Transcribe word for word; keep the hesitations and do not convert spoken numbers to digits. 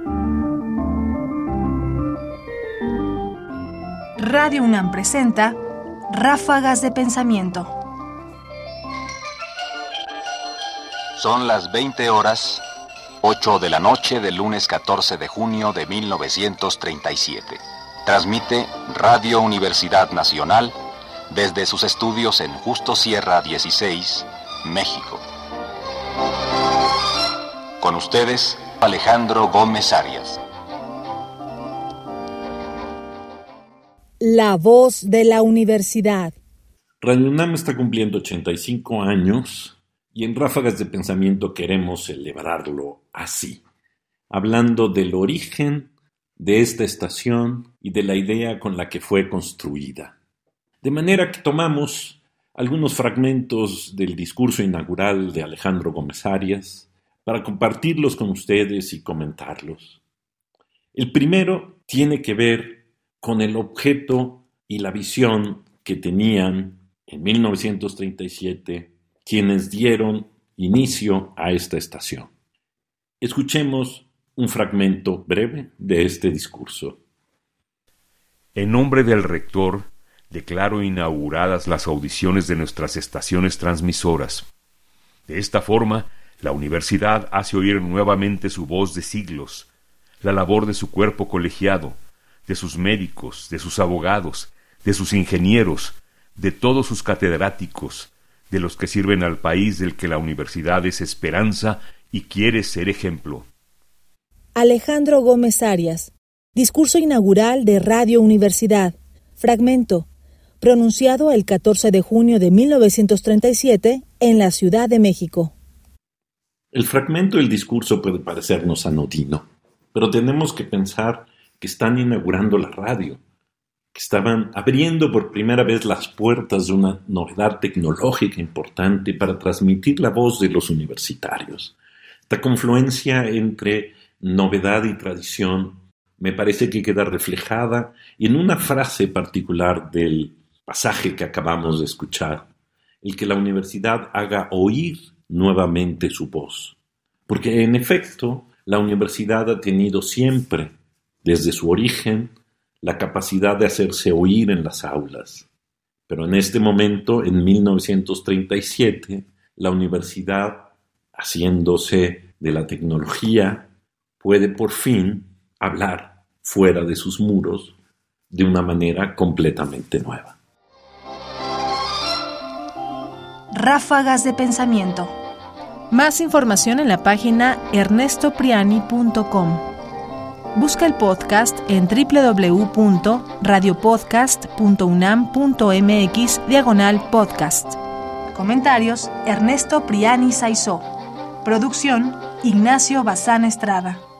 Radio UNAM presenta Ráfagas de Pensamiento. Son las veinte horas, ocho de la noche del lunes catorce de junio de mil novecientos treinta y siete. Transmite Radio Universidad Nacional desde sus estudios en Justo Sierra dieciséis, México. Con ustedes, Alejandro Gómez Arias. La voz de la universidad. Radio UNAM está cumpliendo ochenta y cinco años y en Ráfagas de Pensamiento queremos celebrarlo así, hablando del origen de esta estación y de la idea con la que fue construida. De manera que tomamos algunos fragmentos del discurso inaugural de Alejandro Gómez Arias para compartirlos con ustedes y comentarlos. El primero tiene que ver con el objeto y la visión que tenían en mil novecientos treinta y siete quienes dieron inicio a esta estación. Escuchemos un fragmento breve de este discurso. En nombre del rector, declaro inauguradas las audiciones de nuestras estaciones transmisoras. De esta forma, la universidad hace oír nuevamente su voz de siglos, la labor de su cuerpo colegiado, de sus médicos, de sus abogados, de sus ingenieros, de todos sus catedráticos, de los que sirven al país del que la universidad es esperanza y quiere ser ejemplo. Alejandro Gómez Arias. Discurso inaugural de Radio Universidad. Fragmento. Pronunciado el catorce de junio de mil novecientos treinta y siete en la Ciudad de México. El fragmento del discurso puede parecernos anodino, pero tenemos que pensar que están inaugurando la radio, que estaban abriendo por primera vez las puertas de una novedad tecnológica importante para transmitir la voz de los universitarios. Esta confluencia entre novedad y tradición me parece que queda reflejada en una frase particular del pasaje que acabamos de escuchar, el que la universidad haga oír nuevamente su voz. Porque en efecto, la universidad ha tenido siempre, desde su origen, la capacidad de hacerse oír en las aulas. Pero en este momento, en mil novecientos treinta y siete, la universidad, haciéndose de la tecnología, puede por fin hablar fuera de sus muros de una manera completamente nueva. Ráfagas de Pensamiento. Más información en la página ernesto priani punto com. Busca el podcast en doble u doble u doble u punto radiopodcast punto unam punto mx diagonal podcast. Comentarios: Ernesto Priani Saizó. Producción: Ignacio Bazán Estrada.